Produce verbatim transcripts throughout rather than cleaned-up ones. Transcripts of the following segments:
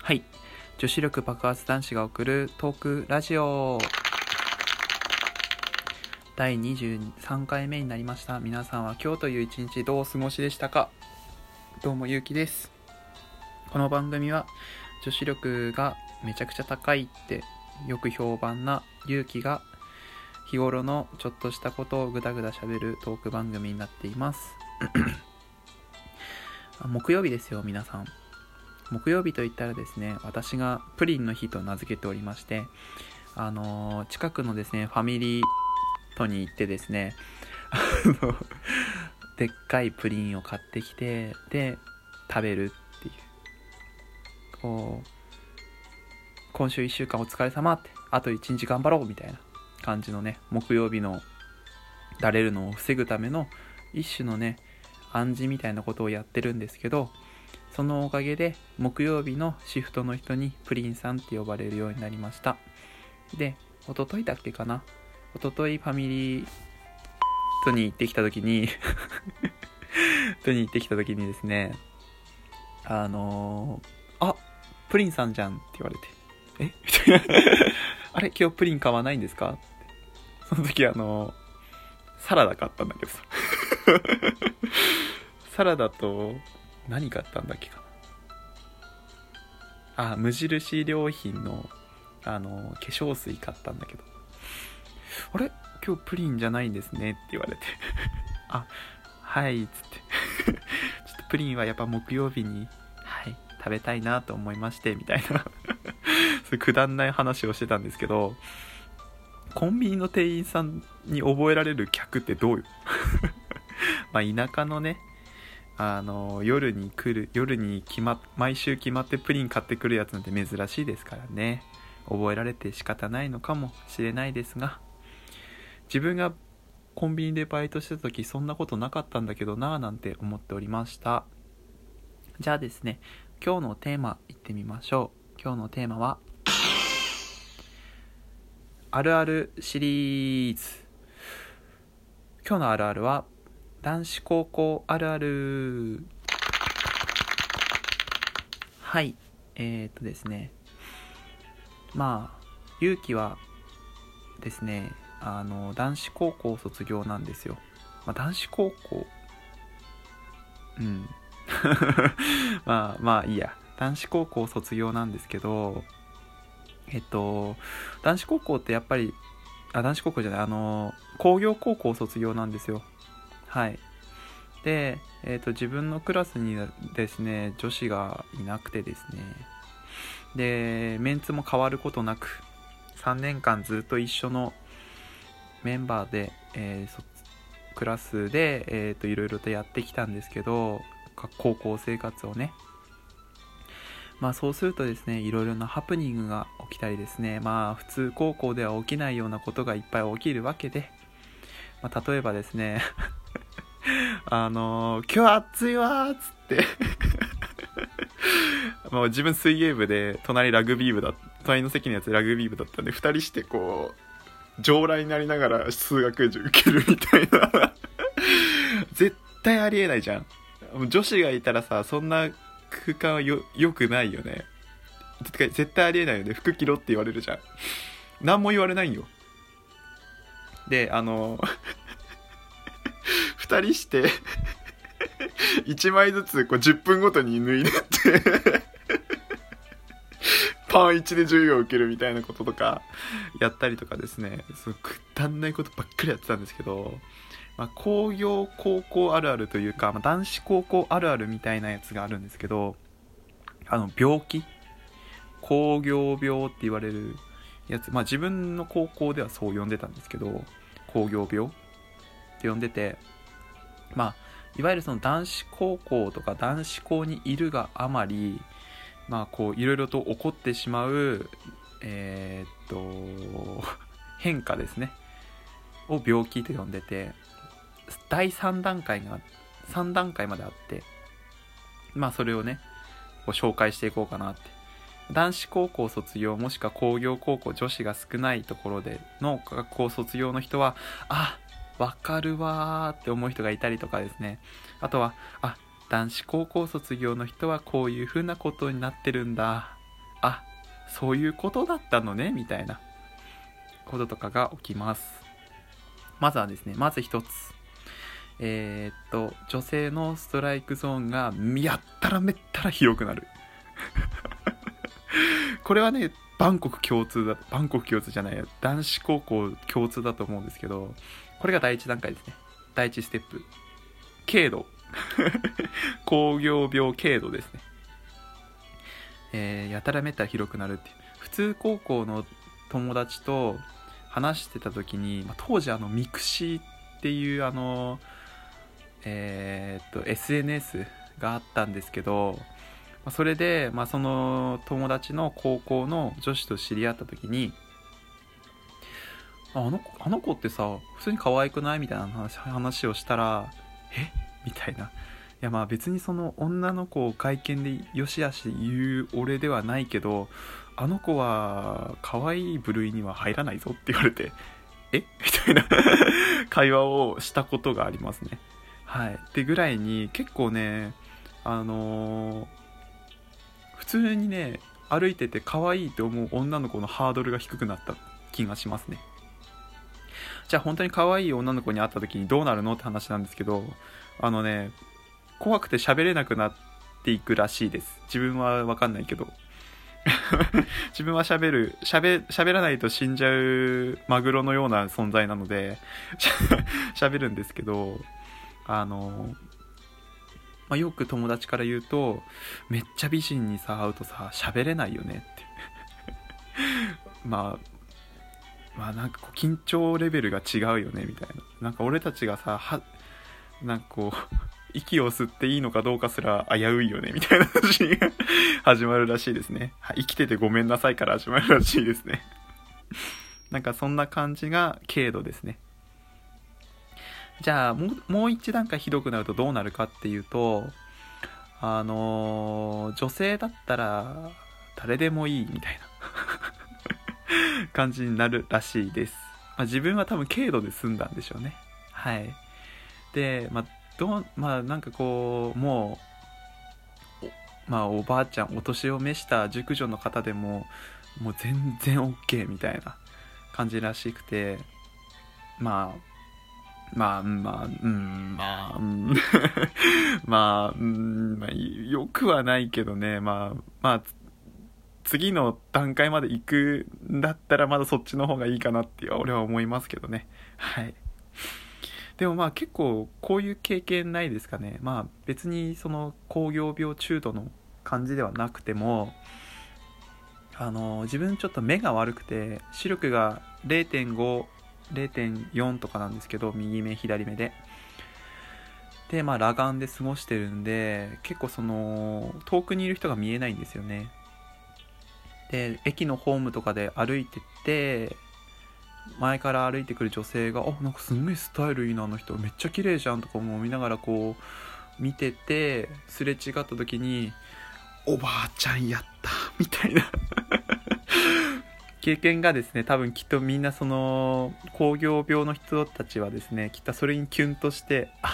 はい、女子力爆発男子が送るトークラジオだいにじゅうさんかいめになりました。皆さんは今日という一日どうお過ごしでしたか？どうもゆうきです。この番組は女子力がめちゃくちゃ高いってよく評判なゆうきが日頃のちょっとしたことをぐだぐだ喋るトーク番組になっています木曜日ですよ。皆さん、木曜日といったらですね、私がプリンの日と名付けておりまして、あのー、近くのですねファミリーとに行ってですねあのでっかいプリンを買ってきて、で食べるっていう、こう今週いっしゅうかんお疲れ様って、あといちにち頑張ろうみたいな感じのね、木曜日のだれるのを防ぐための一種のね暗示みたいなことをやってるんですけど、そのおかげで木曜日のシフトの人にプリンさんって呼ばれるようになりました。で、一昨日だっけかな、一昨日ファミリーとに行ってきた時にとに行ってきた時にですね、あのー、あ、プリンさんじゃんって言われて、えみたいなあれ今日プリン買わないんですかって。その時あのー、サラダ買ったんだけどさサラダと何買ったんだっけかなあ、無印良品のあの化粧水買ったんだけど、あれ今日プリンじゃないんですねって言われてあ、はいっつってちょっとプリンはやっぱ木曜日に、はい、食べたいなと思いましてみたいなそういうくだんない話をしてたんですけど、コンビニの店員さんに覚えられる客ってどうよまあ田舎のね、あの夜に来る夜に決ま毎週決まってプリン買ってくるやつなんて珍しいですからね、覚えられて仕方ないのかもしれないですが、自分がコンビニでバイトしてた時そんなことなかったんだけどなぁなんて思っておりました。じゃあですね、今日のテーマいってみましょう。今日のテーマはあるあるシリーズ。今日のあるあるは男子高校あるある。はい、えー、っとですねまあ勇気はですね、あの男子高校卒業なんですよ。まあ、男子高校うんまあまあいいや、男子高校卒業なんですけど、えっと男子高校ってやっぱりあ男子高校じゃないあの工業高校卒業なんですよ。はい。で、えーと、自分のクラスにですね女子がいなくてですね、でメンツも変わることなくさんねんかんずっと一緒のメンバーで、えー、クラスで、えーと、いろいろとやってきたんですけど、高校生活をね、まあそうするとですね、いろいろなハプニングが起きたりですね、まあ普通高校では起きないようなことがいっぱい起きるわけで、まあ、例えばですねあのー、今日暑いわーっつってもう自分水泳部で隣ラグビー部だ隣の席のやつラグビー部だったんで、ふたりしてこう上来になりながら数学受けるみたいな絶対ありえないじゃん。女子がいたらさ、そんな空間はよ良くないよね。絶対ありえないよね。服着ろって言われるじゃん。何も言われないよ。で、あのふたりしていちまいずつこうじゅっぷんごとに脱いでってパンいちで授業を受けるみたいなこととかやったりとかですね、そうくだんないことばっかりやってたんですけど、まあ、工業高校あるあるというか、まあ、男子高校あるあるみたいなやつがあるんですけど、あの病気工業病って言われるやつ、まあ自分の高校ではそう呼んでたんですけど、工業病って呼んでて、まあいわゆるその男子高校とか男子校にいるがあまり、まあこういろいろと起こってしまうえー、っと変化ですねを病気と呼んでて、だいさんだんかいがさんだんかいまであって、まあそれをねこう紹介していこうかなって。男子高校卒業もしくは工業高校女子が少ないところでの学校卒業の人は、あ、わかるわーって思う人がいたりとかですね、あとはあ、男子高校卒業の人はこういう風なことになってるんだ、 あ、そういうことだったのねみたいなこととかが起きます。まずはですね、まず一つ、えー、っと女性のストライクゾーンがやったらめったら広くなるこれはね、万国共通だ、万国共通じゃないや、男子高校共通だと思うんですけど、これが第一段階ですね。第一ステップ、軽度工業病軽度ですね。えー、やたらめったら広くなるっていう。普通高校の友達と話してた時に、まあ、当時あのミクシーっていうあのえー、っと エスエヌエス があったんですけど、それで、まあ、その友達の高校の女子と知り合った時に、あの子、あの子ってさ普通に可愛くないみたいな話、話をしたら、えみたいな。いや、まあ別にその女の子を会見でよしあし言う俺ではないけど、あの子は可愛い部類には入らないぞって言われて、えみたいな会話をしたことがありますね。はい。ってぐらいに結構ね、あのー、普通にね、歩いてて可愛いと思う女の子のハードルが低くなった気がしますね。じゃあ本当に可愛い女の子に会った時にどうなるのって話なんですけど、あのね、怖くて喋れなくなっていくらしいです。自分は分かんないけど自分は喋る喋喋らないと死んじゃうマグロのような存在なので喋るんですけど、あの、まあ、よく友達から言うと、めっちゃ美人にさ会うとさ喋れないよねってまあまあなんかこう緊張レベルが違うよねみたいな。なんか俺たちがさ、はなんかこう息を吸っていいのかどうかすら危ういよねみたいな話が始まるらしいですね。生きててごめんなさいから始まるらしいですねなんかそんな感じが軽度ですね。じゃあもう、もう一段階ひどくなるとどうなるかっていうと、あのー、女性だったら誰でもいいみたいな感じになるらしいです。まあ、自分は多分軽度で済んだんでしょうね。はい。で、まあ、どう、まあ、なんかこう、もう、まあ、おばあちゃん、お年を召した熟女の方でも、もう全然 OK みたいな感じらしくて、まあ、まあ、まあ、うん、まあ、うん、まあ、うん、まあ、よくはないけどね、まあ、まあ、次の段階まで行くんだったらまだそっちの方がいいかなって俺は思いますけどね。はい。でもまあ結構こういう経験ないですかね。まあ別にその工業病中度の感じではなくても、あの自分ちょっと目が悪くて視力が れいてんご、れいてんよん とかなんですけど、右目左目ででまあ裸眼で過ごしてるんで、結構その遠くにいる人が見えないんですよね。で駅のホームとかで歩いてって前から歩いてくる女性が、あ、なんかすんごいスタイルいいなあの人めっちゃ綺麗じゃんとか思いながらこう見てて、すれ違った時におばあちゃんやったみたいな経験がですね、多分きっとみんなその工業病の人たちはですね、きっとそれにキュンとして、あ、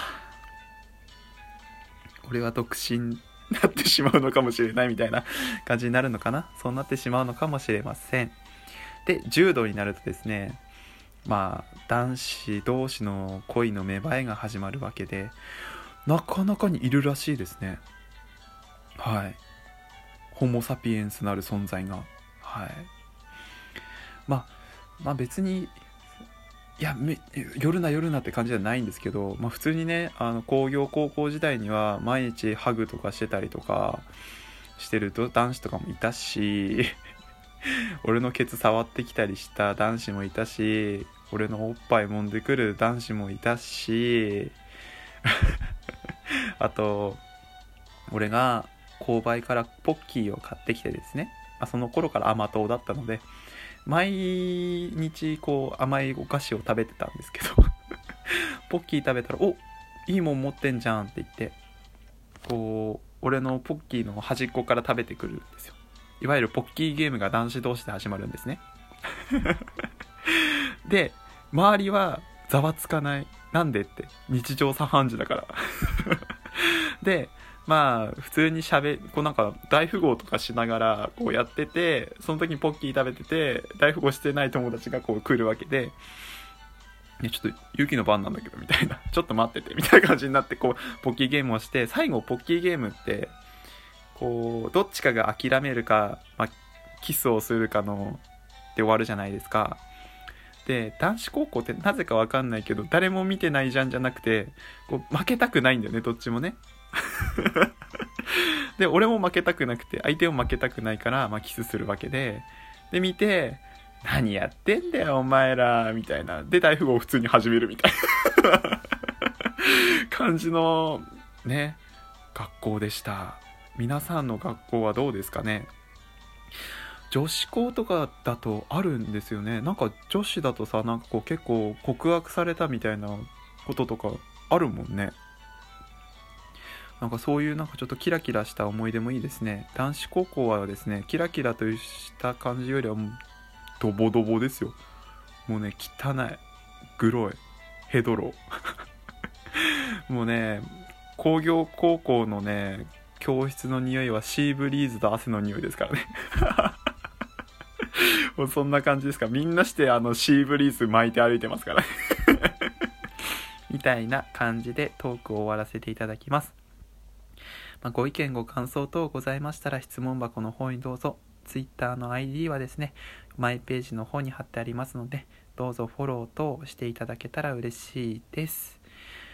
俺は独身になってしまうのかもしれないみたいな感じになるのかな。そうなってしまうのかもしれません。で重度になるとですね、まあ男子同士の恋の芽生えが始まるわけで、なかなかにいるらしいですね。はい。ホモサピエンスなる存在が、はい。まあまあ別にいやめ夜な夜なって感じじゃないんですけど、まあ普通にね、あの工業高校時代には毎日ハグとかしてたりとかしてると男子とかもいたし俺のケツ触ってきたりした男子もいたし、俺のおっぱい揉んでくる男子もいたしあと俺が購買からポッキーを買ってきてですね、あその頃から甘党だったので毎日こう甘いお菓子を食べてたんですけどポッキー食べたら、お、いいもん持ってんじゃんって言って、こう俺のポッキーの端っこから食べてくるんですよ。いわゆるポッキーゲームが男子同士で始まるんですねで周りはざわつかない。なんでって、日常茶飯事だからでまあ普通にしゃべこうなんか大富豪とかしながらこうやってて、その時にポッキー食べてて大富豪してない友達がこう来るわけで、ね、ちょっとユキの番なんだけどみたいな、ちょっと待っててみたいな感じになって、こうポッキーゲームをして、最後ポッキーゲームってこうどっちかが諦めるか、まあ、キスをするかので終わるじゃないですか。で男子高校ってなぜかわかんないけど誰も見てないじゃんじゃなくて、こう負けたくないんだよね、どっちもね。で俺も負けたくなくて相手も負けたくないから、まあ、キスするわけで、で見て何やってんだよお前らみたいな、で大富豪を普通に始めるみたいな感じのね学校でした。皆さんの学校はどうですかね。女子校とかだとあるんですよね。なんか女子だとさ、なんかこう結構告白されたみたいなこととかあるもんね。なんかそういうなんかちょっとキラキラした思い出もいいですね。男子高校はですね、キラキラとした感じよりはもうドボドボですよ。もうね、汚い、グロい、ヘドロもうね、工業高校のね教室の匂いはシーブリーズと汗の匂いですからねもうそんな感じですか。みんなしてあのシーブリーズ巻いて歩いてますからねみたいな感じでトークを終わらせていただきます。まあ、ご意見ご感想等ございましたら質問箱の方にどうぞ。 Twitter の アイディー はですねマイページの方に貼ってありますので、どうぞフォロー等していただけたら嬉しいです。